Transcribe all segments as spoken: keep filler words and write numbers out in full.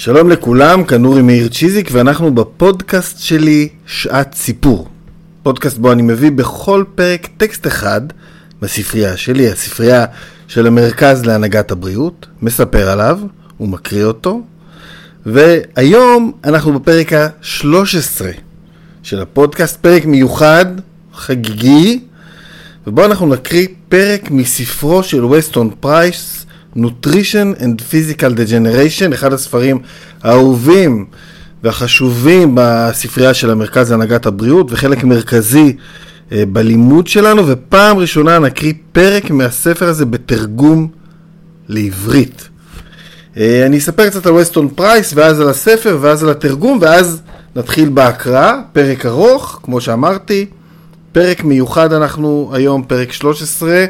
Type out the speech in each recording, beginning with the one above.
שלום לכולם, כאן אורי מאיר צ'יזיק, ואנחנו בפודקאסט שלי שעת סיפור. פודקאסט בו אני מביא בכל פרק טקסט אחד בספרייה שלי, הספרייה של המרכז להנהגת הבריאות, מספר עליו ומקריא אותו. והיום אנחנו בפרק ה-שלוש עשרה של הפודקאסט, פרק מיוחד, חגיגי, ובו אנחנו נקריא פרק מספרו של ווסטון פרייס, Nutrition and Physical Degeneration, אחד הספרים האהובים והחשובים בספרייה של המרכז להנהגת הבריאות, וחלק מרכזי בלימוד שלנו, ופעם ראשונה נקריא פרק מהספר הזה בתרגום לעברית. אני אספר קצת על ווסטון פרייס, ואז על הספר, ואז על התרגום, ואז נתחיל בהקראה, פרק ארוך, כמו שאמרתי, פרק מיוחד אנחנו היום, פרק שלוש עשרה,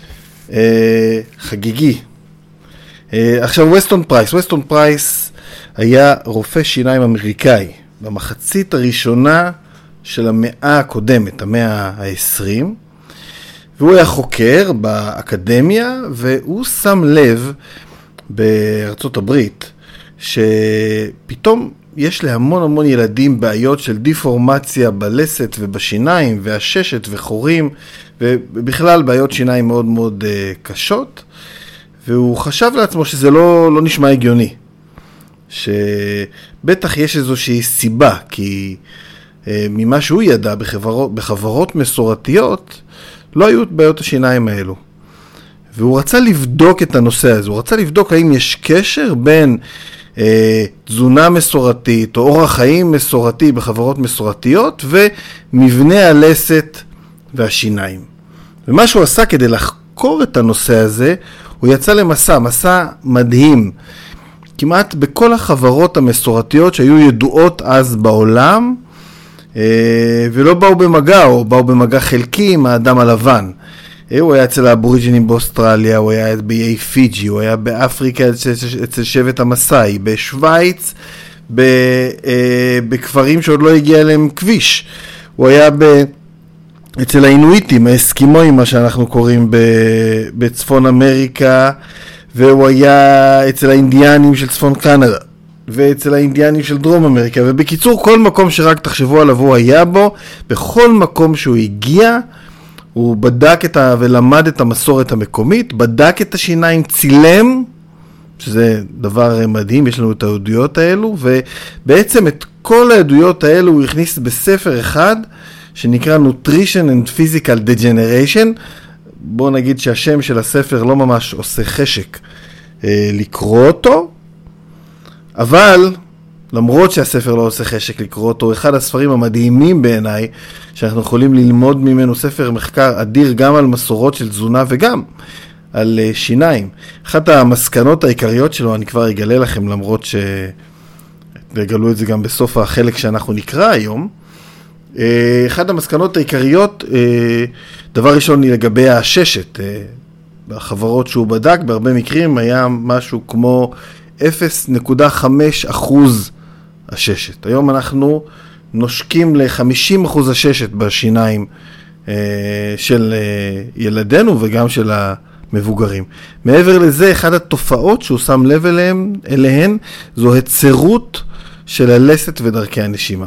חגיגי. עכשיו, ווסטון פרייס. ווסטון פרייס היה רופא שיניים אמריקאי במחצית הראשונה של המאה הקודמת, המאה ה-עשרים, והוא היה חוקר באקדמיה, והוא שם לב בארצות הברית שפתאום יש להמון המון ילדים בעיות של דיפורמציה בלסת ובשיניים והששת וחורים, ובכלל בעיות שיניים מאוד מאוד קשות. והוא חשב לעצמו שזה לא, לא נשמע הגיוני, שבטח יש איזושהי סיבה, כי אה, ממה שהוא ידע בחברות, בחברות מסורתיות לא היו בעיות השיניים האלו. והוא רצה לבדוק את הנושא הזה, הוא רצה לבדוק האם יש קשר בין אה, תזונה מסורתית או אורח חיים מסורתי בחברות מסורתיות ומבנה הלסת והשיניים. ומה שהוא עשה כדי לחקור את הנושא הזה, הוא יצא למסע, מסע מדהים, כמעט בכל החברות המסורתיות שהיו ידועות אז בעולם, ולא באו במגע, או באו במגע חלקי עם האדם הלבן. הוא היה אצל האבוריג'ינים באוסטרליה, הוא היה באיי פיג'י, הוא היה באפריקה אצל שבט המסאי, בשוויץ, בכפרים שעוד לא הגיע אליהם כביש. הוא היה ב... אצל האינואיטים, האסקימואים, מה שאנחנו קוראים בצפון אמריקה, והוא היה אצל האינדיאנים של צפון קנדה, ואצל האינדיאנים של דרום אמריקה, ובקיצור, כל מקום שרק תחשבו עליו הוא היה בו, בכל מקום שהוא הגיע, הוא בדק את ה... ולמד את המסורת המקומית, בדק את השיניים, צילם, שזה דבר מדהים, יש לנו את העדויות האלו, ובעצם את כל העדויות האלו הוא הכניס בספר אחד, שנקרא Nutrition and Physical Degeneration. בוא נגיד שהשם של הספר לא ממש עושה חשק אה, לקרוא אותו, אבל למרות שהספר לא עושה חשק לקרוא אותו, אחד הספרים המדהימים בעיניי, שאנחנו יכולים ללמוד ממנו, ספר מחקר אדיר גם על מסורות של תזונה וגם על אה, שיניים. אחת המסקנות העיקריות שלו, אני כבר אגלה לכם, למרות שתגלו את זה גם בסוף החלק שאנחנו נקרא היום, אחד המסקנות העיקריות, דבר ראשון היא לגבי הששת. בחברות שהוא בדק, בהרבה מקרים היה משהו כמו אפס נקודה חמש אחוז הששת. היום אנחנו נושקים ל-חמישים אחוז הששת בשיניים של ילדינו וגם של המבוגרים. מעבר לזה, אחד התופעות שהוא שם לב אליהן, אליהן זו היצרות של הלסת ודרכי הנשימה.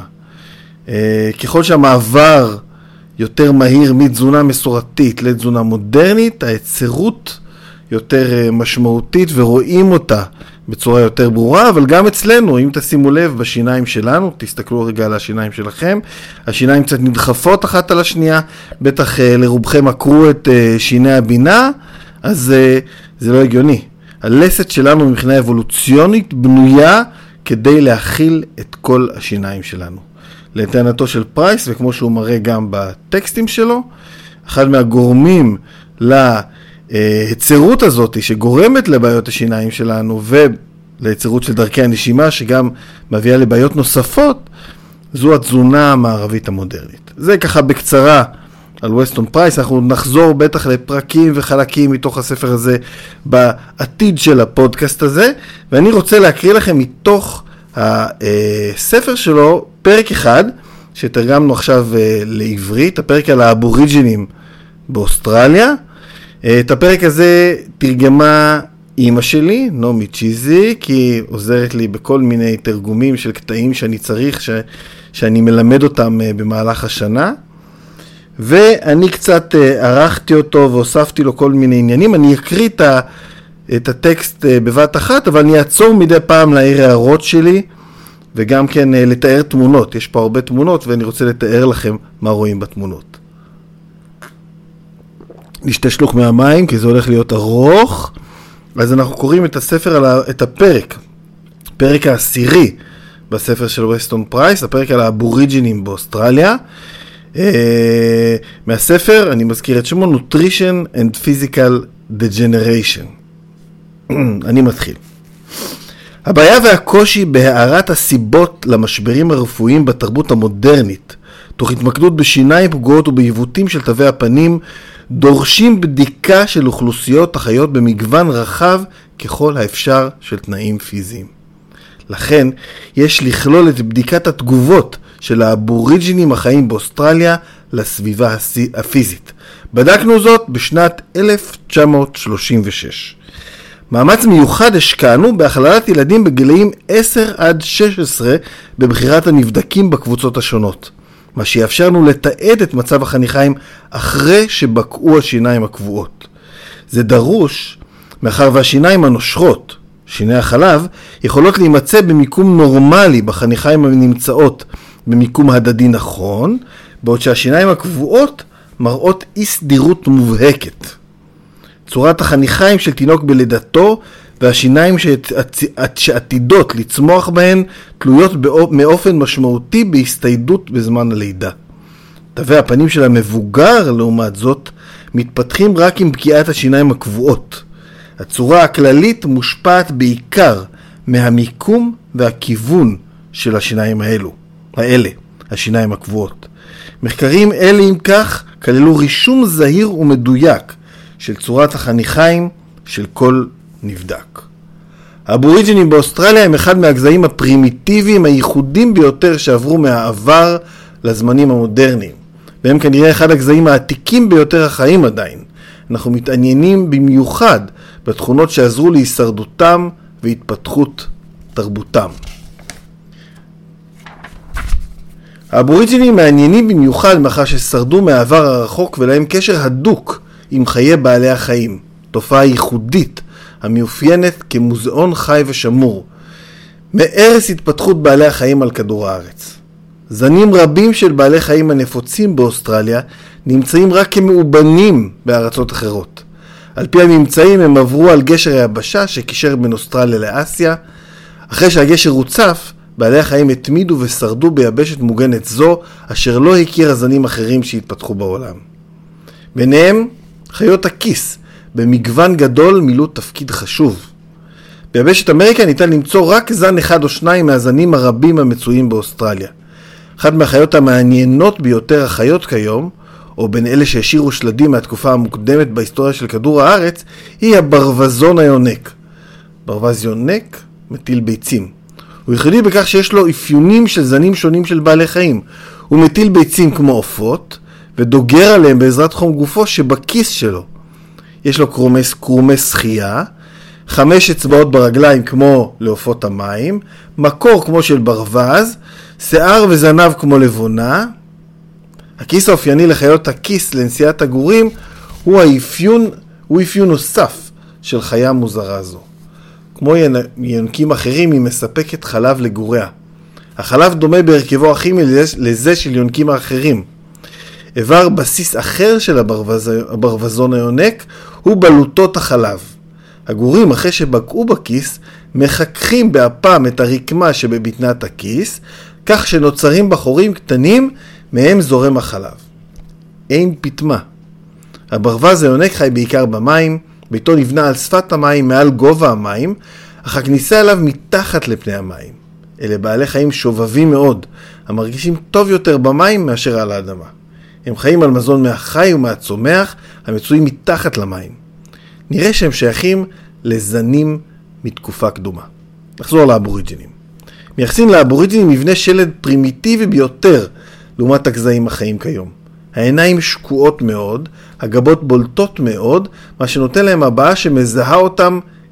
ככל שהמעבר יותר מהיר מתזונה מסורתית לתזונה מודרנית, היצירות יותר משמעותית ורואים אותה בצורה יותר ברורה, אבל גם אצלנו, אם תשימו לב בשיניים שלנו, תסתכלו רגע על השיניים שלכם, השיניים קצת נדחפות אחת על השנייה, בטח לרובכם עקרו את שיני הבינה, אז זה לא הגיוני. הלסת שלנו מבחינה אבולוציונית בנויה כדי להכיל את כל השיניים שלנו. לטענתו של פרייס, וכמו שהוא מראה גם בטקסטים שלו, אחד מהגורמים להיצרות הזאת שגורמת לבעיות השיניים שלנו וליצרות של דרכי הנשימה שגם מביאה לבעיות נוספות, זו התזונה המערבית המודרנית. זה ככה בקצרה על ווסטון פרייס. אנחנו נחזור בטח לפרקים וחלקים מתוך הספר הזה בעתיד של הפודקאסט הזה, ואני רוצה להקריא לכם מתוך הספר שלו פרק אחד שתרגמנו עכשיו לעברית, הפרק על האבוריג'ינים באוסטרליה. את הפרק הזה תרגמה אמא שלי, נעמי צ'יזיק, היא עוזרת לי בכל מיני תרגומים של קטעים שאני צריך, ש... שאני מלמד אותם במהלך השנה. ואני קצת ערכתי אותו והוספתי לו כל מיני עניינים. אני אקריא את, ה... את הטקסט בבת אחת, אבל אני אעצור מדי פעם להעיר הערות שלי, וגם כן לתאר תמונות. יש פה הרבה תמונות ואני רוצה לתאר לכם מה רואים בתמונות. נשתה שלוק מהמים כי זה הולך להיות ארוך. אז אנחנו קוראים את הספר, על ה... את הפרק, פרק העשירי בספר של ווסטון פרייס, הפרק על האבוריג'ינים באוסטרליה. Uh, מהספר, אני מזכיר את שמו, Nutrition and Physical Degeneration. אני מתחיל. הבעיה והקושי בהערת הסיבות למשברים הרפואיים בתרבות המודרנית, תוך התמקדות בשיניים פגועות ובעיוותים של תווי הפנים, דורשים בדיקה של אוכלוסיות החיות במגוון רחב ככל האפשר של תנאים פיזיים. לכן, יש לכלול את בדיקת התגובות של האבוריג'ינים החיים באוסטרליה לסביבה הפיזית. בדקנו זאת בשנת אלף תשע מאות שלושים ושש. מאמץ מיוחד השקענו בהכללת ילדים בגילאים עשר עד שש עשרה בבחירת הנבדקים בקבוצות השונות, מה שיאפשרנו לתעד את מצב החניכיים אחרי שבקעו השיניים הקבועות. זה דרוש מאחר והשיניים הנושרות, שיני החלב, יכולות להימצא במיקום נורמלי בחניכיים הנמצאות במיקום הדדי נכון, בעוד שהשיניים הקבועות מראות אי סדירות מובהקת. צורת החניכיים של תינוק בלידתו והשיניים שעתידות לצמוח בהן תלויות באופן משמעותי בהסתיידות בזמן הלידה. תווי הפנים של המבוגר, לעומת זאת, מתפתחים רק עם פגיעת השיניים הקבועות. הצורה הכללית מושפעת בעיקר מהמיקום והכיוון של השיניים האלו, האלה, השיניים הקבועות. מחקרים אלה, אם כך, כללו רישום זהיר ומדויק של צורת החניכיים של כל נבדק. האבוריג'ינים באוסטרליה הם אחד מהגזעים הפרימיטיביים הייחודים ביותר שעברו מהעבר לזמנים המודרניים, והם כנראה אחד הגזעים העתיקים ביותר החיים עדיין. אנחנו מתעניינים במיוחד בתכונות שעזרו להישרדותם והתפתחות תרבותם. האבוריג'ינים מעניינים במיוחד מאחר ששרדו מהעבר הרחוק ולהם קשר הדוק עם חיי בעלי החיים, תופעה ייחודית המאופיינת כמוזיאון חי ושמור, מערש התפתחות בעלי החיים על כדור הארץ. זנים רבים של בעלי חיים הנפוצים באוסטרליה נמצאים רק כמאובנים בארצות אחרות. על פי הממצאים הם עברו על גשר היבשה שקישר בין אוסטרליה לאסיה. אחרי שהגשר הוצף, בעלי החיים התמידו ושרדו ביבשת מוגנת זו, אשר לא הכירה זנים אחרים שהתפתחו בעולם. ביניהם, חיות הכיס, במגוון גדול מילאו תפקיד חשוב. ביבשת אמריקה ניתן למצוא רק זן אחד או שניים מהזנים הרבים המצויים באוסטרליה. אחת מהחיות המעניינות ביותר החיות כיום, או בין אלה שהשאירו שלדים מהתקופה המוקדמת בהיסטוריה של כדור הארץ, היא הברווזון היונק. ברווז יונק מטיל ביצים. הוא ייחודי בכך שיש לו אפיונים של זנים שונים של בעלי חיים. הוא מטיל ביצים כמו עופות, ודוגר עליהם בעזרת חום גופו שבכיס שלו. יש לו קרומי, קרומי שחייה, חמש אצבעות ברגליים כמו לעופות המים, מקור כמו של ברווז, שיער וזנב כמו לבונה. הכיס האופייני לחיות הכיס לנשיאת הגורים הוא האפיון, הוא אפיון נוסף של חיה מוזרה זו. כמו יונקים אחרים היא מספקת חלב לגוריה. החלב דומה בהרכבו הכימי לזה של יונקים האחרים. איבר בסיס אחר של הברווז, הברווזון היונק הוא בלוטות החלב. הגורים אחרי שבקעו בכיס מחככים באפם את הרקמה שבבטנת הכיס, כך שנוצרים בחורים קטנים מהם זורם החלב. אין פתמה. הברווז היונק חי בעיקר במים, ביתו נבנה על שפת המים מעל גובה המים, אך הכניסה אליו מתחת לפני המים. אלה בעלי חיים שובבים מאוד, המרגישים טוב יותר במים מאשר על האדמה. הם חיים על מזון מהחי ומהצומח המצויים מתחת למים. נראה שהם שייכים לזנים מתקופה קדומה. נחזור לאבוריג'ינים. מייחסים לאבוריג'ינים מבנה שלד פרימיטיבי ביותר לעומת הגזעים החיים כיום. העיניים שקועות מאוד, הגבות בולטות מאוד, מה שנותן להם הבעה שמזהה אותם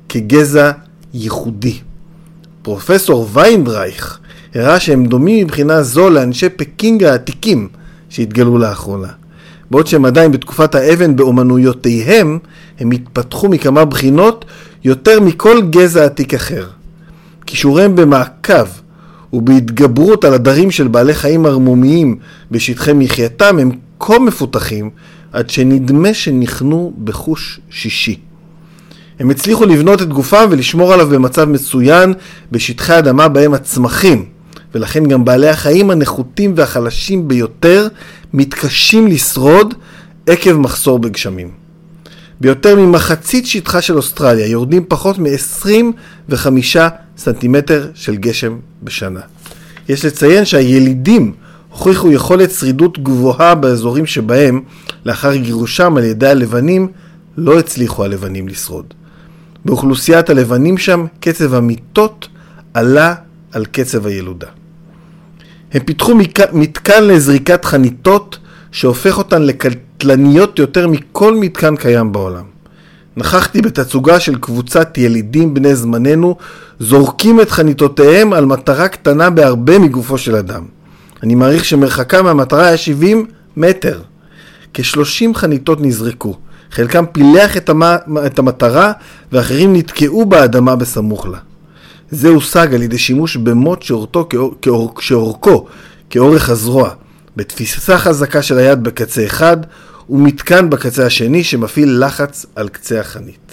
כגזע ייחודי. פרופסור ויינדרייך הראה שהם דומים מבחינה זו לאנשי פקינג העתיקים שהתגלו לאחרונה. בעוד שהם עדיין בתקופת האבן באומנויותיהם, הם התפתחו מכמה בחינות יותר מכל גזע עתיק אחר. קישורם במעקב ובהתגברות על הדרים של בעלי חיים ערמומיים בשטחי מחייתם הם כה מפותחים עד שנדמה שנכנו בחוש שישי. הם הצליחו לבנות את גופם ולשמור עליו במצב מצוין בשטחי אדמה בהם הצמחים, ולכן גם בעלי החיים הנחותים והחלשים ביותר מתקשים לשרוד עקב מחסור בגשמים. ביותר ממחצית שטחה של אוסטרליה יורדים פחות מ-עשרים וחמישה סנטימטר של גשם בשנה. יש לציין שהילידים הוכיחו יכולת שרידות גבוהה באזורים שבהם לאחר גירושם על ידי הלבנים לא הצליחו הלבנים לשרוד. באוכלוסיית הלבנים שם קצב המיטות עלה על קצב הילודה. הם פיתחו מתקן לזריקת חניתות שהופך אותן לקטלניות יותר מכל מתקן קיים בעולם. נכחתי בתצוגה של קבוצת ילידים בני זמננו זורקים את חניתותיהם על מטרה קטנה בהרבה מגופו של אדם. אני מעריך שמרחקה מהמטרה היה שבעים מטר. כ-שלושים חניתות נזרקו. חלקם פילח את, המה, את המטרה ואחרים נתקעו באדמה בסמוך לה. זה הושג על ידי שימוש במוט שאורתו, כאור, שאורכו כאורך הזרוע, בתפיסה חזקה של היד בקצה אחד ומתקן בקצה השני שמפעיל לחץ על קצה החנית.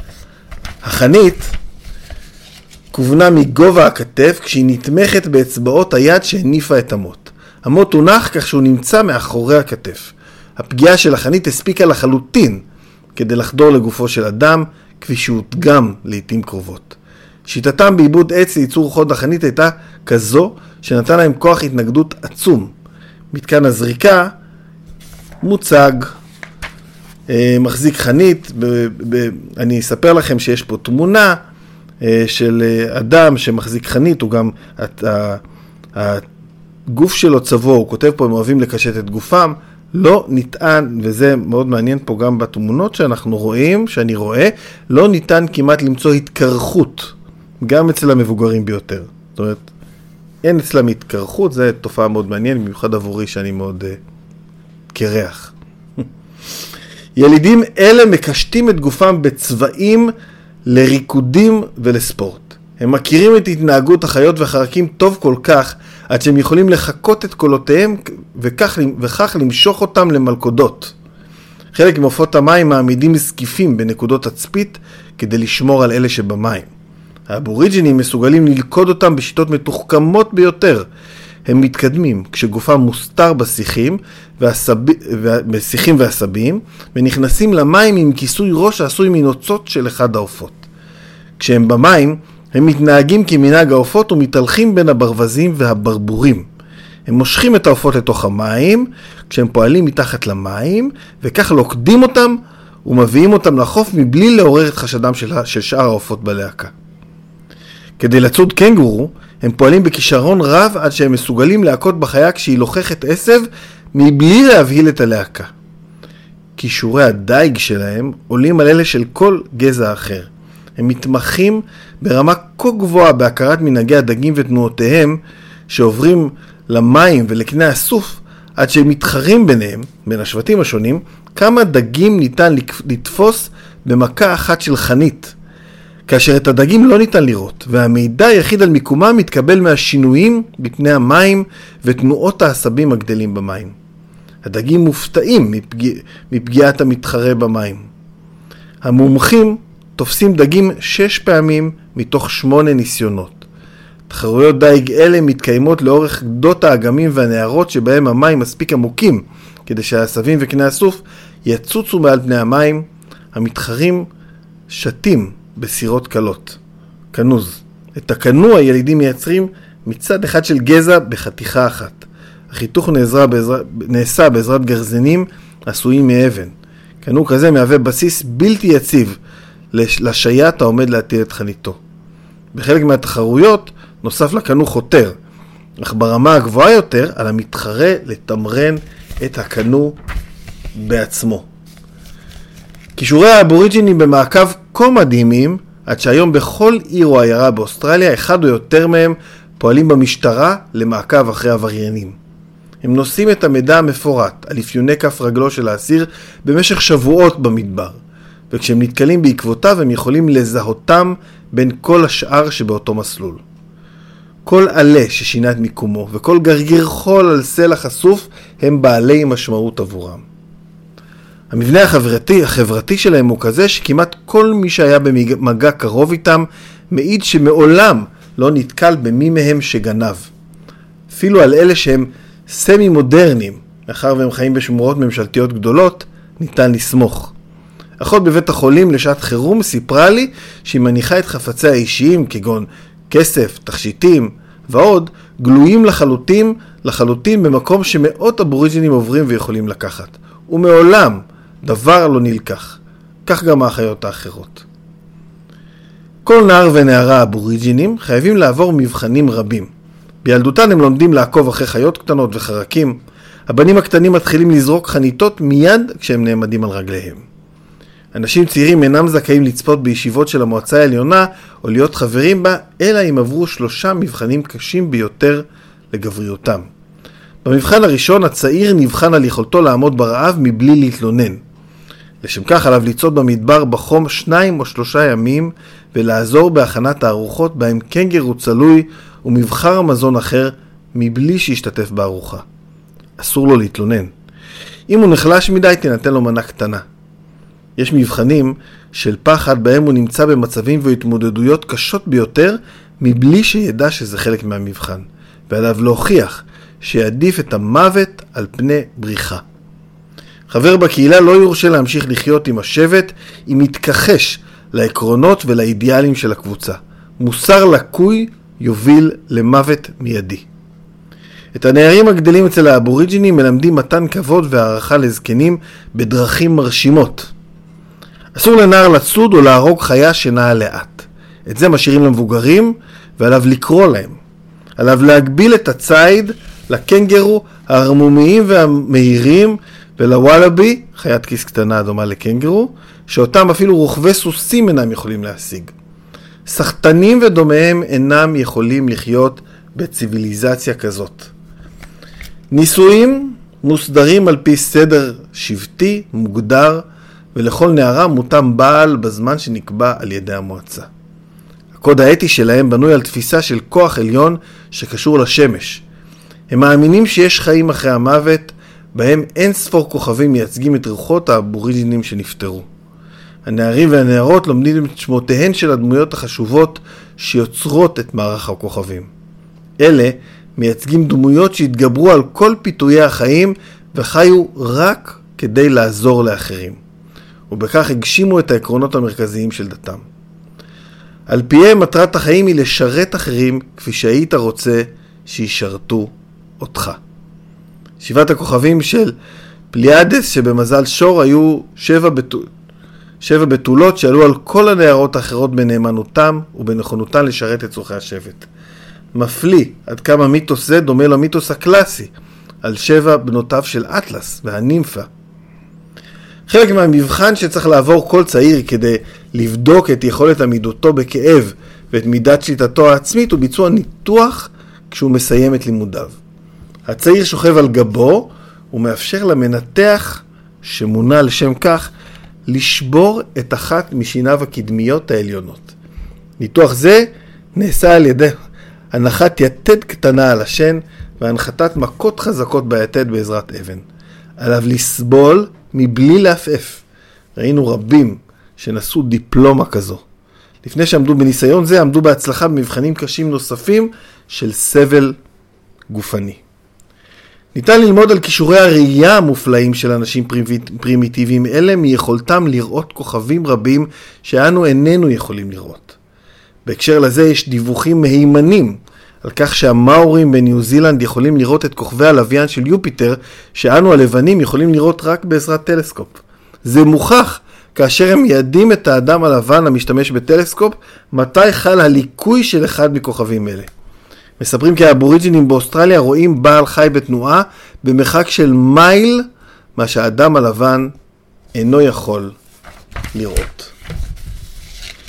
החנית כוונה מגובה הכתף כשהיא נתמכת באצבעות היד שהניפה את המוט. המוט הונח כך שהוא נמצא מאחורי הכתף. הפגיעה של החנית הספיקה לחלוטין כדי לחדור לגופו של אדם, כפי שהודגם לעתים קרובות. שיטתם בעיבוד עץ לייצור חוד החנית הייתה כזו שנתן להם כוח התנגדות עצום. מתקן הזריקה מוצג, מחזיק חנית, ב- ב- אני אספר לכם שיש פה תמונה של אדם שמחזיק חנית, הוא גם, הגוף שלו צבוע, הוא כותב פה, הם אוהבים לקשט את גופם, לא ניתן, וזה מאוד מעניין פה גם בתמונות שאנחנו רואים, שאני רואה, לא ניתן כמעט למצוא התקרחות, גם אצל המבוגרים ביותר. זאת אומרת, אין אצלם התקרחות, זה תופעה מאוד מעניינת, במיוחד עבורי שאני מאוד uh, קרח. ילידים אלה מקשטים את גופם בצבעים לריקודים ולספורט. הם מכירים את התנהגות החיות והחרקים טוב כל כך, עד שהם יכולים לחכות את קולותיהם וכך, וכך למשוך אותם למלכודות. חלק מעופות המים מעמידים מסקיפים בנקודות תצפית כדי לשמור על אלה שבמים. האבוריג'ינים מסוגלים ללכוד אותם בשיטות מתוחכמות ביותר. הם מתקדמים כשגופם מוסתר בשיחים, והסב... בשיחים והסבים, ונכנסים למים עם כיסוי ראש העשוי מנוצות של אחד העופות. כשהם במים, הם מתנהגים כמנהג העופות ומתהלכים בין הברווזים והברבורים. הם מושכים את העופות לתוך המים, כשהם פועלים מתחת למים, וכך לוקדים אותם ומביאים אותם לחוף מבלי לעורר את חשדם של, של שאר העופות בלהקה. כדי לצוד קנגורו, הם פועלים בכישרון רב עד שהם מסוגלים להכות בחיה כשהיא לוחכת עשב מבלי להבהיל את הלהקה. כישורי הדייג שלהם עולים על אלה של כל גזע אחר. הם מתמחים ברמה כה גבוהה בהכרת מנהגי הדגים ותנועותיהם שעוברים למים ולקנה הסוף עד שהם מתחרים ביניהם, בין השבטים השונים, כמה דגים ניתן לתפוס במכה אחת של חנית. כאשר את הדגים לא ניתן לראות, והמידע היחיד על מיקומם מתקבל מהשינויים בפני המים ותנועות העשבים הגדלים במים. הדגים מופתעים מפגיע, מפגיעת המתחרה במים. המומחים תופסים דגים שש פעמים מתוך שמונה ניסיונות. תחרויות דייג אלה מתקיימות לאורך גדות האגמים והנערות שבהם המים מספיק עמוקים, כדי שהעשבים וקנה הסוף יצוצו מעל פני המים. המתחרים שתים בסירות קלות. כנוז. את הקנו הילידים מייצרים מצד אחד של גזע בחתיכה אחת. החיתוך נעזרה בעזרה, נעשה בעזרת גרזנים עשויים מאבן. קנו כזה מהווה בסיס בלתי יציב לשייט העומד להטיל את חניתו. בחלק מהתחרויות נוסף לקנו חותר, אך ברמה הגבוהה יותר על המתחרה לתמרן את הקנו בעצמו. כישורי האבוריג'ינים במעקב כה מדהימים, עד שהיום בכל עיר או עיירה באוסטרליה, אחד או יותר מהם פועלים במשטרה למעקב אחרי עבריינים. הם נושאים את המידע המפורט על אפיוני כף רגלו של האסיר במשך שבועות במדבר, וכשהם נתקלים בעקבותיו הם יכולים לזהותם בין כל השאר שבאותו מסלול. כל עלה ששינה את מיקומו וכל גרגיר חול על סלע חשוף הם בעלי משמעות עבורם. המבנה החברתי, החברתי שלהם הוא כזה שכמעט כל מי שהיה במגע קרוב איתם מעיד שמעולם לא נתקל במי מהם שגנב. אפילו על אלה שהם סמי מודרניים, מאחר והם חיים בשמורות ממשלתיות גדולות, ניתן לסמוך. אחות בבית החולים לשעת חירום סיפרה לי שהיא מניחה את חפציה האישיים כגון כסף, תכשיטים ועוד גלויים לחלוטין, לחלוטין במקום שמאות אבוריג'ינים עוברים ויכולים לקחת. ומעולם דבר לא נלקח. כך גם האחיות האחרות. כל נער ונערה אבוריג'ינים חייבים לעבור מבחנים רבים. בילדותן הם לומדים לעקוב אחרי חיות קטנות וחרקים. הבנים הקטנים מתחילים לזרוק חניתות מיד כשהם נעמדים על רגליהם. אנשים צעירים אינם זכאים לצפות בישיבות של המועצה העליונה או להיות חברים בה, אלא אם עברו שלושה מבחנים קשים ביותר לגבריותם. במבחן הראשון הצעיר נבחן על יכולתו לעמוד ברעב מבלי להתלונן. לשם כך עליו לצעוד במדבר בחום שניים או שלושה ימים ולעזור בהכנת הארוחות בהם קנגרו צלוי ומבחר מזון אחר מבלי שישתתף בארוחה. אסור לו להתלונן. אם הוא נחלש מדי תינתן לו מנה קטנה. יש מבחנים של פחד בהם הוא נמצא במצבים והתמודדויות קשות ביותר מבלי שידע שזה חלק מהמבחן, ועליו להוכיח שיעדיף את המוות על פני בריחה. חבר בקהילה לא יורשה להמשיך לחיות עם השבט אם יתכחש לעקרונות ולאידיאלים של הקבוצה. מוסר לקוי יוביל למוות מיידי. את הנערים הגדלים אצל האבוריג'ינים מלמדים מתן כבוד והערכה לזקנים בדרכים מרשימות. אסור לנער לצוד או להרוג חיה שנעה לאט. את זה משאירים למבוגרים ועליו לקרוא להם. עליו להגביל את הציד לקנגרו הרמומיים והמהירים ולוואלאבי, חיית כיס קטנה דומה לקנגרו, שאותם אפילו רוכבי סוסים אינם יכולים להשיג. סחטנים ודומיהם אינם יכולים לחיות בציביליזציה כזאת. נישואים מוסדרים על פי סדר שבטי מוגדר, ולכל נערה מותם בעל בזמן שנקבע על ידי המועצה. הקוד האתי שלהם בנוי על תפיסה של כוח עליון שקשור לשמש. הם מאמינים שיש חיים אחרי המוות, בהם אין ספור כוכבים מייצגים את רוחות האבוריג'ינים שנפטרו. הנערים והנערות לומדים את שמותיהן של הדמויות החשובות שיוצרות את מערך הכוכבים. אלה מייצגים דמויות שהתגברו על כל פיתויי החיים וחיו רק כדי לעזור לאחרים. ובכך הגשימו את העקרונות המרכזיים של דתם. על פיהם מטרת החיים היא לשרת אחרים כפי שהיית רוצה שישרתו אותך. שבעת הכוכבים של פליאדס שבמזל שור היו שבע, בתול, שבע בתולות שעלו על כל הנערות האחרות בנאמנותם ובנכונותן לשרת את צורכי השבט. מפליא עד כמה מיתוס זה דומה למיתוס הקלאסי על שבע בנותיו של אטלס והנימפה. חלק מהמבחן שצריך לעבור כל צעיר כדי לבדוק את יכולת עמידותו בכאב ואת מידת שליטתו העצמית הוא ביצוע ניתוח כשהוא מסיים את לימודיו. הצעיר שוכב על גבו ומאפשר למנתח שמונה לשם כך לשבור את אחת משיניו הקדמיות העליונות. ניתוח זה נעשה על ידי הנחת יתד קטנה על השן והנחתת מכות חזקות ביתד בעזרת אבן. עליו לסבול מבלי להפעף. ראינו רבים שנשאו דיפלומה כזו. לפני שעמדו בניסיון זה, עמדו בהצלחה במבחנים קשים נוספים של סבל גופני. ניתן ללמוד על כישורי הראייה המופלאים של אנשים פרימיטיביים אלה מיכולתם לראות כוכבים רבים שאנו איננו יכולים לראות. בהקשר לזה יש דיווחים מהימנים על כך שהמאורים בניו זילנד יכולים לראות את כוכבי הלוויין של יופיטר שאנו הלבנים יכולים לראות רק בעזרת טלסקופ. זה מוכח כאשר הם מיידים את האדם הלבן המשתמש בטלסקופ מתי חל הליקוי של אחד מכוכבים אלה. מספרים כי האבוריג'ינים באוסטרליה רואים בעל חי בתנועה במרחק של מייל מה שהאדם הלבן אינו יכול לראות.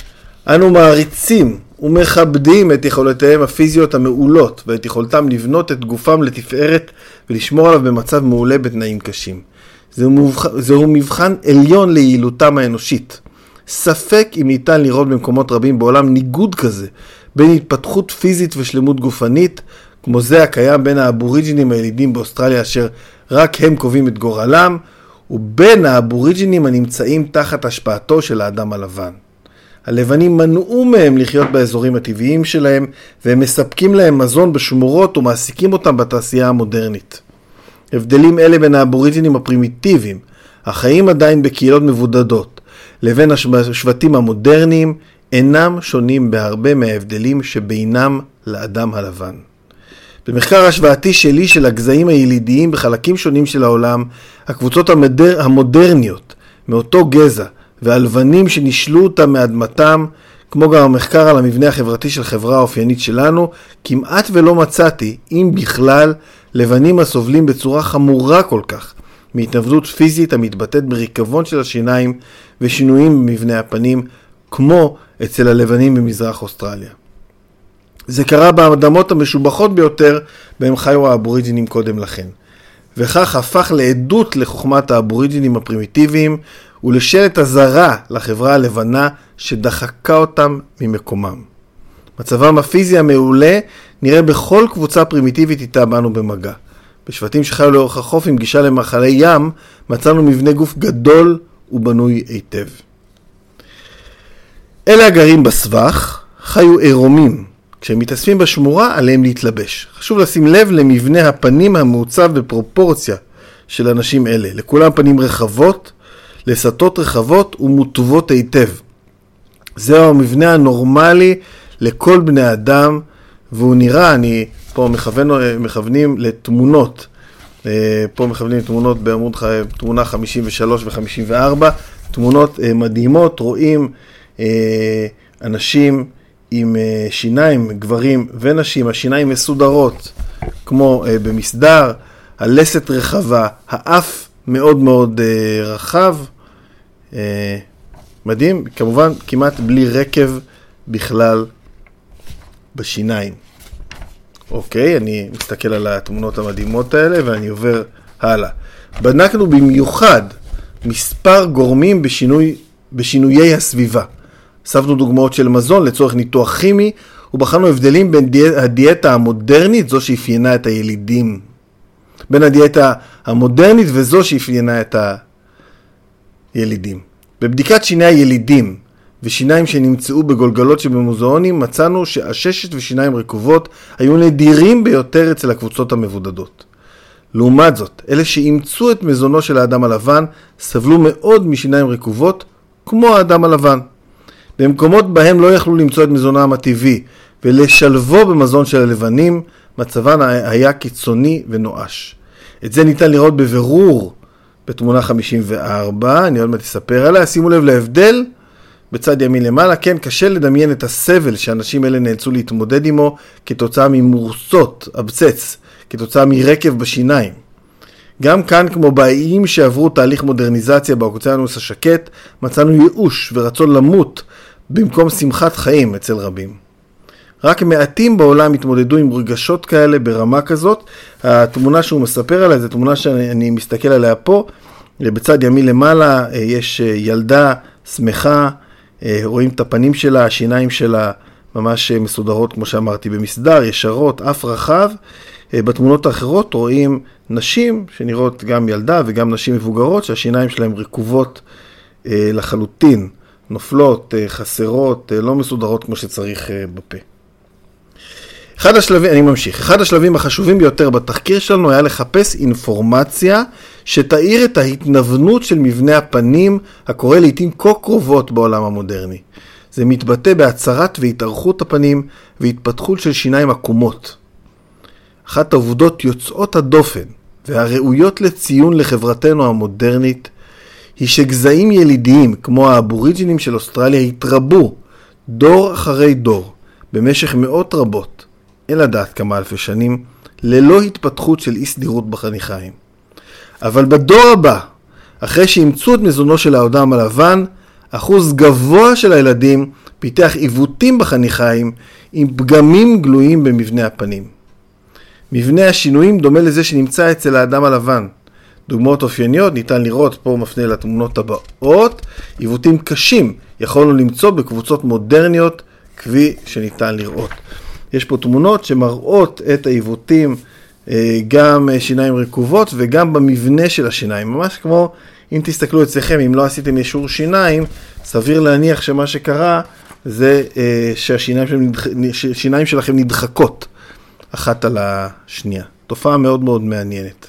אנו מעריצים ומכבדים את יכולותיהם הפיזיות המעולות ואת יכולתם לבנות את גופם לתפארת ולשמור עליו במצב מעולה בתנאים קשים. זהו מבחן, זהו מבחן עליון ליעילותם האנושית. ספק אם ניתן לראות במקומות רבים בעולם ניגוד כזה בין התפתחות פיזית ושלמות גופנית, כמו זה הקיים בין האבוריג'ינים הילידים באוסטרליה אשר רק הם קובעים את גורלם, ובין האבוריג'ינים הנמצאים תחת השפעתו של האדם הלבן. הלבנים מנעו מהם לחיות באזורים הטבעיים שלהם, והם מספקים להם מזון בשמורות ומעסיקים אותם בתעשייה המודרנית. הבדלים אלה בין האבוריג'ינים הפרימיטיביים, החיים עדיין בקהילות מבודדות, לבין השבטים המודרניים, אינם שונים בהרבה מההבדלים שבינם לאדם הלבן. במחקר השוואתי שלי של הגזעים הילידיים בחלקים שונים של העולם, הקבוצות המדר, המודרניות מאותו גזע והלבנים שנשלו אותם מאדמתם, כמו גם המחקר על המבנה החברתי של חברה האופיינית שלנו, כמעט ולא מצאתי, אם בכלל, לבנים הסובלים בצורה חמורה כל כך, מהתנוודות פיזית המתבטאת בריקבון של השיניים ושינויים במבנה הפנים, כמו אצל הלבנים במזרח אוסטרליה. זה קרה באדמות המשובחות ביותר בהם חיו האבוריג'ינים קודם לכן, וכך הפך לעדות לחוכמת האבוריג'ינים הפרימיטיביים ולשלט הזרה לחברה הלבנה שדחקה אותם ממקומם. מצבם הפיזי המעולה נראה בכל קבוצה פרימיטיבית איתה באנו במגע. בשבטים שחיו לאורך החוף עם גישה למחלי ים, מצאנו מבנה גוף גדול ובנוי היטב. אלה הגרים בסבך חיו עירומים. כשהם מתאספים בשמורה עליהם להתלבש. חשוב לשים לב למבנה הפנים המעוצב בפרופורציה של אנשים אלה. לכולם פנים רחבות, לסתות רחבות ומוטובות היטב. זהו המבנה הנורמלי לכל בני אדם, והוא נראה, אני פה מכוון, מכוונים לתמונות, פה מכוונים לתמונות בעמוד תמונה חמישים ושלוש ו-חמישים וארבע, תמונות מדהימות, רואים אנשים עם שיניים, גברים ונשים, השיניים מסודרות כמו במסדר, הלסת רחבה, האף מאוד מאוד רחב, מדהים, כמובן כמעט בלי רקב בכלל בשיניים. אוקיי, אני מסתכל על התמונות המדהימות האלה ואני עובר הלאה. בדקנו במיוחד מספר גורמים בשינוי, בשינויי הסביבה. אספנו דוגמאות של מזון לצורך ניתוח כימי, ובחנו הבדלים בין הדיאטה המודרנית, זו שאפיינה את הילידים, בין הדיאטה המודרנית וזו שאפיינה את הילידים. בבדיקת שיני הילידים ושיניים שנמצאו בגולגלות שבמוזיאונים, מצאנו שהששת ושיניים רקובות היו נדירים ביותר אצל הקבוצות המבודדות. לעומת זאת, אלה שאימצו את מזונו של האדם הלבן סבלו מאוד משיניים רקובות כמו האדם הלבן. במקומות בהם לא יכלו למצוא את מזונם הטבעי ולשלבו במזון של הלבנים, מצבן היה קיצוני ונואש. את זה ניתן לראות בבירור בתמונה חמישים וארבע, אני עוד מעט אספר עליה. שימו לב להבדל בצד ימין למעלה. כן, קשה לדמיין את הסבל שאנשים אלה נאלצו להתמודד עמו כתוצאה ממורסות, אבצץ, כתוצאה מרקב בשיניים. גם כאן, כמו באיים שעברו תהליך מודרניזציה באוקציינוס השקט, מצאנו ייאוש ורצון למות במקום שמחת חיים אצל רבים. רק מעטים בעולם התמודדו עם רגשות כאלה ברמה כזאת. התמונה שהוא מספר עליה, זו תמונה שאני מסתכל עליה פה. בצד ימין למעלה יש ילדה שמחה, רואים את הפנים שלה, השיניים שלה ממש מסודרות, כמו שאמרתי, במסדר, ישרות, אף רחב. בתמונות האחרות רואים נשים שנראות גם ילדה וגם נשים מבוגרות, שהשיניים שלהם רקובות לחלוטין, נופלות, חסרות, לא מסודרות כמו שצריך בפה. אחד השלבים, אני ממשיך, אחד השלבים החשובים ביותר בתחקיר שלנו היה לחפש אינפורמציה שתאיר את ההתנוונות של מבנה הפנים הקורה לעתים כה קרובות בעולם המודרני. זה מתבטא בהצרת והתארכות הפנים והתפתחות של שיניים עקומות. אחת העובדות יוצאות הדופן והראויות לציון לחברתנו המודרנית היא שגזעים ילידיים כמו האבוריג'ינים של אוסטרליה התרבו דור אחרי דור במשך מאות רבות, אין לדעת כמה אלפי שנים, ללא התפתחות של אי סדירות בחניכיים. אבל בדור הבא, אחרי שאימצו את מזונו של האדם הלבן, אחוז גבוה של הילדים פיתח עיוותים בחניכיים עם פגמים גלויים במבנה הפנים. מבנה השינויים דומה לזה שנמצא אצל האדם הלבן. דוגמאות אופייניות ניתן לראות, פה מפנה לתמונות הבאות, עיוותים קשים יכולנו למצוא בקבוצות מודרניות כפי שניתן לראות. יש פה תמונות שמראות את העיוותים, גם שיניים רקובות וגם במבנה של השיניים. ממש כמו, אם תסתכלו אצלכם, אם לא עשיתם ישור שיניים, סביר להניח שמה שקרה זה שהשיניים שלכם נדחקות אחת על השנייה. תופעה מאוד מאוד מעניינת.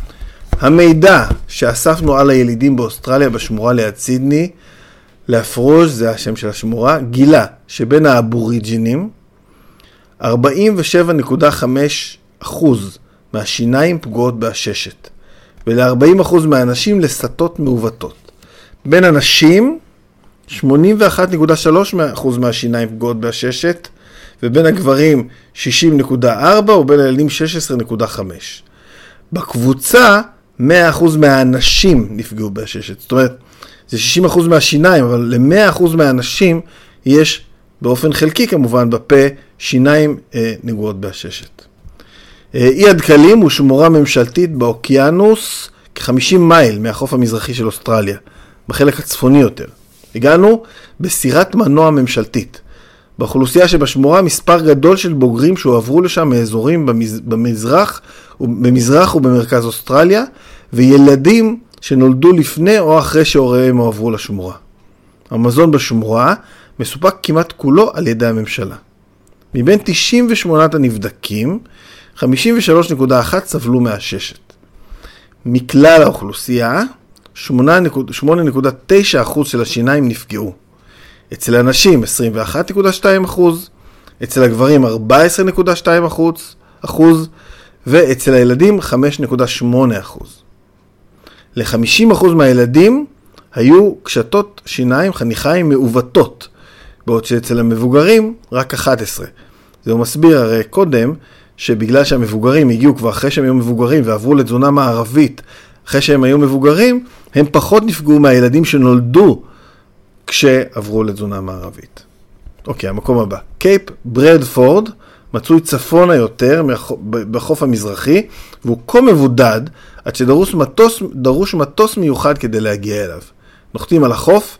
המידע שאספנו על הילידים באוסטרליה בשמורה ליד סידני, להפרוז' זה השם של השמורה, גילה שבין האבוריג'ינים, ארבעים ושבע נקודה חמש אחוז מהשיניים פגועות בעששת, ול-ארבעים אחוז מהאנשים לסטות מעוותות. בין אנשים, שמונים ואחת נקודה שלוש אחוז מהשיניים פגועות בעששת, ובין הגברים שישים נקודה ארבע ובין הילדים שש עשרה נקודה חמש. בקבוצה, מאה אחוז מהאנשים נפגעו בעששת. זאת אומרת, זה שישים אחוז מהשיניים, אבל ל-מאה אחוז מהאנשים יש באופן חלקי כמובן בפה שיניים אה, נגועות בעששת. אה, אי הדקלים הוא שמורה ממשלתית באוקיינוס כ-חמישים מייל מהחוף המזרחי של אוסטרליה, בחלק הצפוני יותר. הגענו בסירת מנוע ממשלתית. באוכלוסייה שבשמורה מספר גדול של בוגרים שהועברו לשם מאזורים במז... במזרח, במזרח ובמרכז אוסטרליה, וילדים שנולדו לפני או אחרי שהוריהם הועברו לשמורה. המזון בשמורה מסופק כמעט כולו על ידי הממשלה. מבין תשעים ושמונה הנבדקים, חמישים ושלוש נקודה אחת סבלו מעששת. מכלל האוכלוסייה, שמונה נקודה תשע אחוז של השיניים נפגעו. אצל הנשים עשרים ואחת נקודה שתיים אחוז, אצל הגברים ארבע עשרה נקודה שתיים אחוז, ואצל הילדים חמש נקודה שמונה אחוז. ל-חמישים אחוז מהילדים היו קשתות שיניים חניכיים מעוותות, בעוד שאצל המבוגרים רק אחת עשרה. זה מסביר הרי קודם שבגלל שהמבוגרים הגיעו כבר אחרי שהם היו מבוגרים ועברו לתזונה מערבית, אחרי שהם היו מבוגרים, הם פחות נפגעו מהילדים שנולדו כשעברו לתזונה מערבית. אוקיי, המקום הבא. קייפ ברדפורד מצוי צפונה יותר בחוף המזרחי, והוא כה מבודד עד שדרוש מטוס, דרוש מטוס מיוחד כדי להגיע אליו. נוחתים על החוף,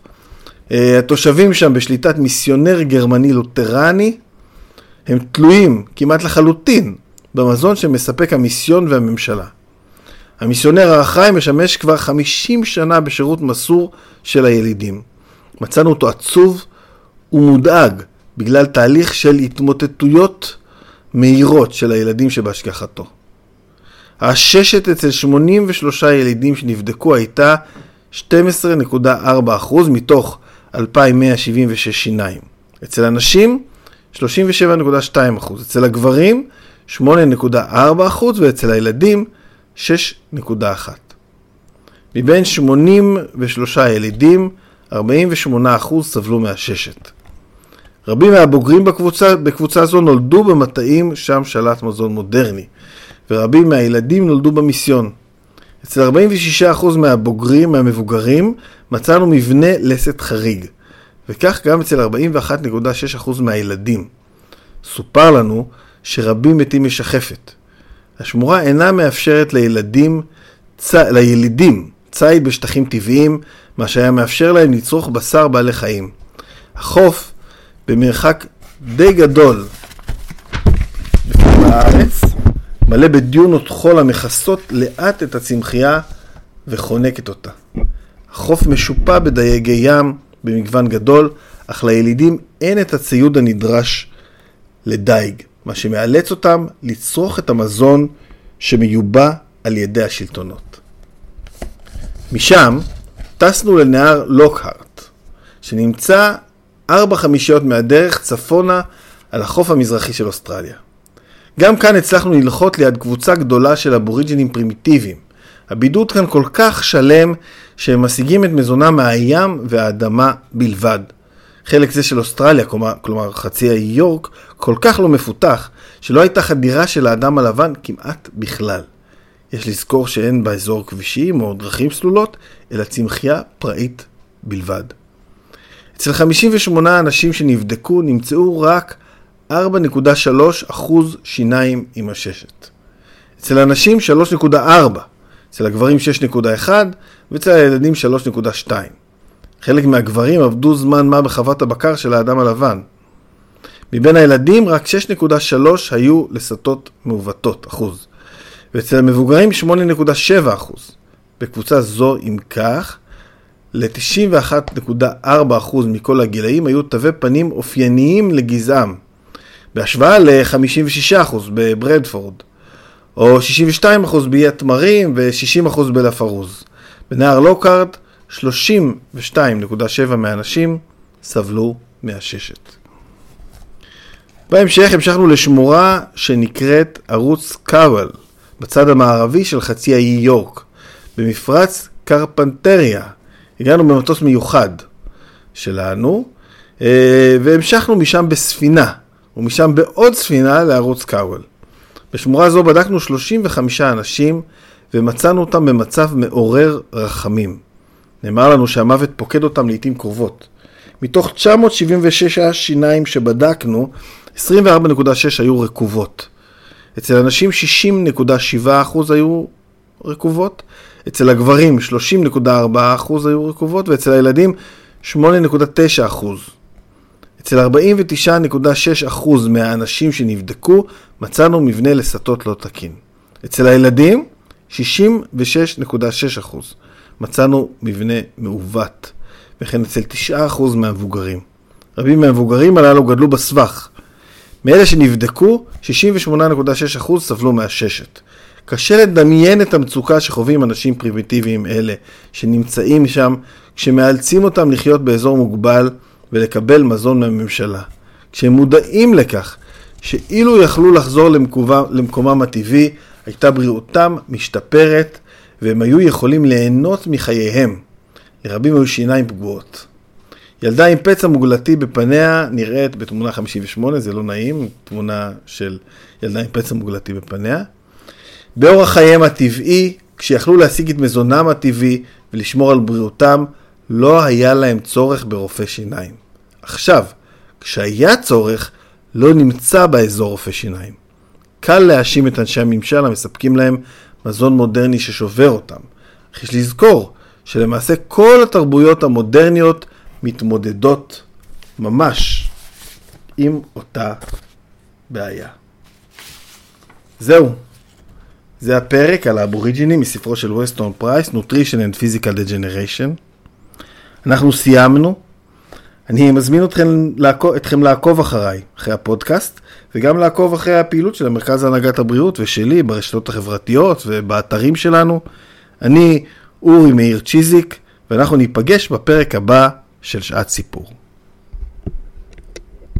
התושבים שם בשליטת מיסיונר גרמני לותרני, הם תלויים כמעט לחלוטין במזון שמספק המיסיון והממשלה. המיסיונר האחראי משמש כבר חמישים שנה בשירות מסור של הילידים. מצאנו אותו עצוב ומודאג בגלל תהליך של התמוטטויות מהירות של הילדים שבהשגחתו. העששת אצל שמונים ושלושה ילדים שנבדקו הייתה שתים עשרה נקודה ארבע אחוז מתוך אלפיים מאה שבעים ושש שיניים. אצל הנשים שלושים ושבע נקודה שתיים אחוז, אצל הגברים שמונה נקודה ארבע אחוז ואצל הילדים שש נקודה אחת. מבין שמונים ושלושה ילדים ארבעים ושמונה אחוז סבלו מעששת. רבים מהבוגרים בקבוצה, בקבוצה זו נולדו במטעים שם שלט מזון מודרני, ורבים מהילדים נולדו במיסיון. אצל ארבעים ושישה אחוז מהבוגרים, מהמבוגרים, מצאנו מבנה לסת חריג, וכך גם אצל ארבעים ואחת נקודה שש אחוז מהילדים. סופר לנו שרבים מתים משחפת. השמורה אינה מאפשרת לילדים, צ... לילידים ציד בשטחים טבעיים, מה שהיה מאפשר להם לצרוך בשר בעלי חיים. החוף במרחק די גדול בארץ, מלא בדיונות חול המכסות לאט את הצמחייה וחונקת אותה. החוף משופע בדייגי ים במגוון גדול, אך לילידים אין את הציוד הנדרש לדייג, מה שמאלץ אותם לצרוך את המזון שמיובא על ידי השלטונות. משם טסנו לנהר לוקהרט, שנמצא ארבע חמישיות מהדרך צפונה על החוף המזרחי של אוסטרליה. גם כאן הצלחנו ללחות ליד קבוצה גדולה של אבוריג'ינים פרימיטיביים. הבידוד כאן כל כך שלם שהם משיגים את מזונם מהים והאדמה בלבד. חלק זה של אוסטרליה, כלומר, כלומר חצי האי יורק, כל כך לא מפותח שלא הייתה חדירה של האדם הלבן כמעט בכלל. יש לזכור שאין באזור כבישים או דרכים סלולות, אלא צמחייה פראית בלבד. אצל חמישים ושמונה אנשים שנבדקו נמצאו רק ארבע נקודה שלוש אחוז שיניים עם הששת. אצל הנשים שלוש נקודה ארבע, אצל הגברים שש נקודה אחת ואצל הילדים שלוש נקודה שתיים. חלק מהגברים עבדו זמן מה בחוות הבקר של האדם הלבן. מבין הילדים רק שש נקודה שלוש היו לסתות מעוותות אחוז, ואצל המבוגרים שמונה נקודה שבע אחוז. בקבוצה זו, אם כך, ל-תשעים ואחת נקודה ארבע אחוז מכל הגילאים היו תווי פנים אופייניים לגזעם, בהשוואה ל-חמישים ושישה אחוז בברדפורד, או שישים ושתיים אחוז באי התמרים ו-שישים אחוז בלפרוז. בנהר לוקארט, שלושים ושתיים נקודה שבע מהאנשים סבלו מהששת. בהמשך המשכנו לשמורה שנקראת ערוץ קאוול, בצד המערבי של חצי האי יורק, במפרץ קרפנטריה. הגענו במטוס מיוחד שלנו, והמשכנו משם בספינה, ומשם בעוד ספינה לערוץ קאוול. בשמורה זו בדקנו שלושים וחמישה אנשים, ומצאנו אותם במצב מעורר רחמים. נאמר לנו שהמוות פוקד אותם לעתים קרובות. מתוך תשע מאות שבעים ושש שיניים שבדקנו, עשרים וארבע נקודה שש היו רקובות. אצל אנשים שישים נקודה שבע אחוז היו רקובות, אצל הגברים שלושים נקודה ארבע אחוז היו רקובות, ואצל הילדים שמונה נקודה תשע אחוז. אצל ארבעים ותשע נקודה שש אחוז מהאנשים שנבדקו מצאנו מבנה לסתות לא תקין. אצל הילדים שישים ושש נקודה שש אחוז מצאנו מבנה מעוות, וכן אצל תשעה אחוז מהמבוגרים. רבים מהמבוגרים הללו גדלו בסבך. מאלה שנבדקו, שישים ושמונה נקודה שש אחוז סבלו מהששת. קשה לדמיין את המצוקה שחווים אנשים פרימיטיביים אלה, שנמצאים שם, כשמאלצים אותם לחיות באזור מוגבל ולקבל מזון מהממשלה. כשהם מודעים לכך, שאילו יכלו לחזור למקומם, למקומם הטבעי, הייתה בריאותם משתפרת, והם היו יכולים ליהנות מחייהם. לרבים היו שיניים פגועות. ילדה עם פצע מוגלתי בפניה נראית בתמונה חמישים ושמונה, זה לא נעים, תמונה של ילדה עם פצע מוגלתי בפניה. באורח חייהם הטבעי, כשיכלו להשיג את מזונם הטבעי ולשמור על בריאותם, לא היה להם צורך ברופא שיניים. עכשיו, כשהיה צורך, לא נמצא באזור רופא שיניים. קל להאשים את אנשי הממשל המספקים להם מזון מודרני ששובר אותם. אך יש לזכור שלמעשה כל התרבויות המודרניות מתמודדות ממש עם אותה בעיה. זהו. זה הפרק על האבוריג'ינים מספרו של ווסטון פרייס, Nutrition and Physical Degeneration. אנחנו סיימנו. אני מזמין אתכם לעקוב, אתכם לעקוב אחריי, אחרי הפודקאסט, וגם לעקוב אחרי הפעילות של המרכז להנהגת הבריאות ושלי ברשתות החברתיות ובאתרים שלנו. אני אורי מאיר צ'יזיק, ואנחנו ניפגש בפרק הבא של שעת סיפור.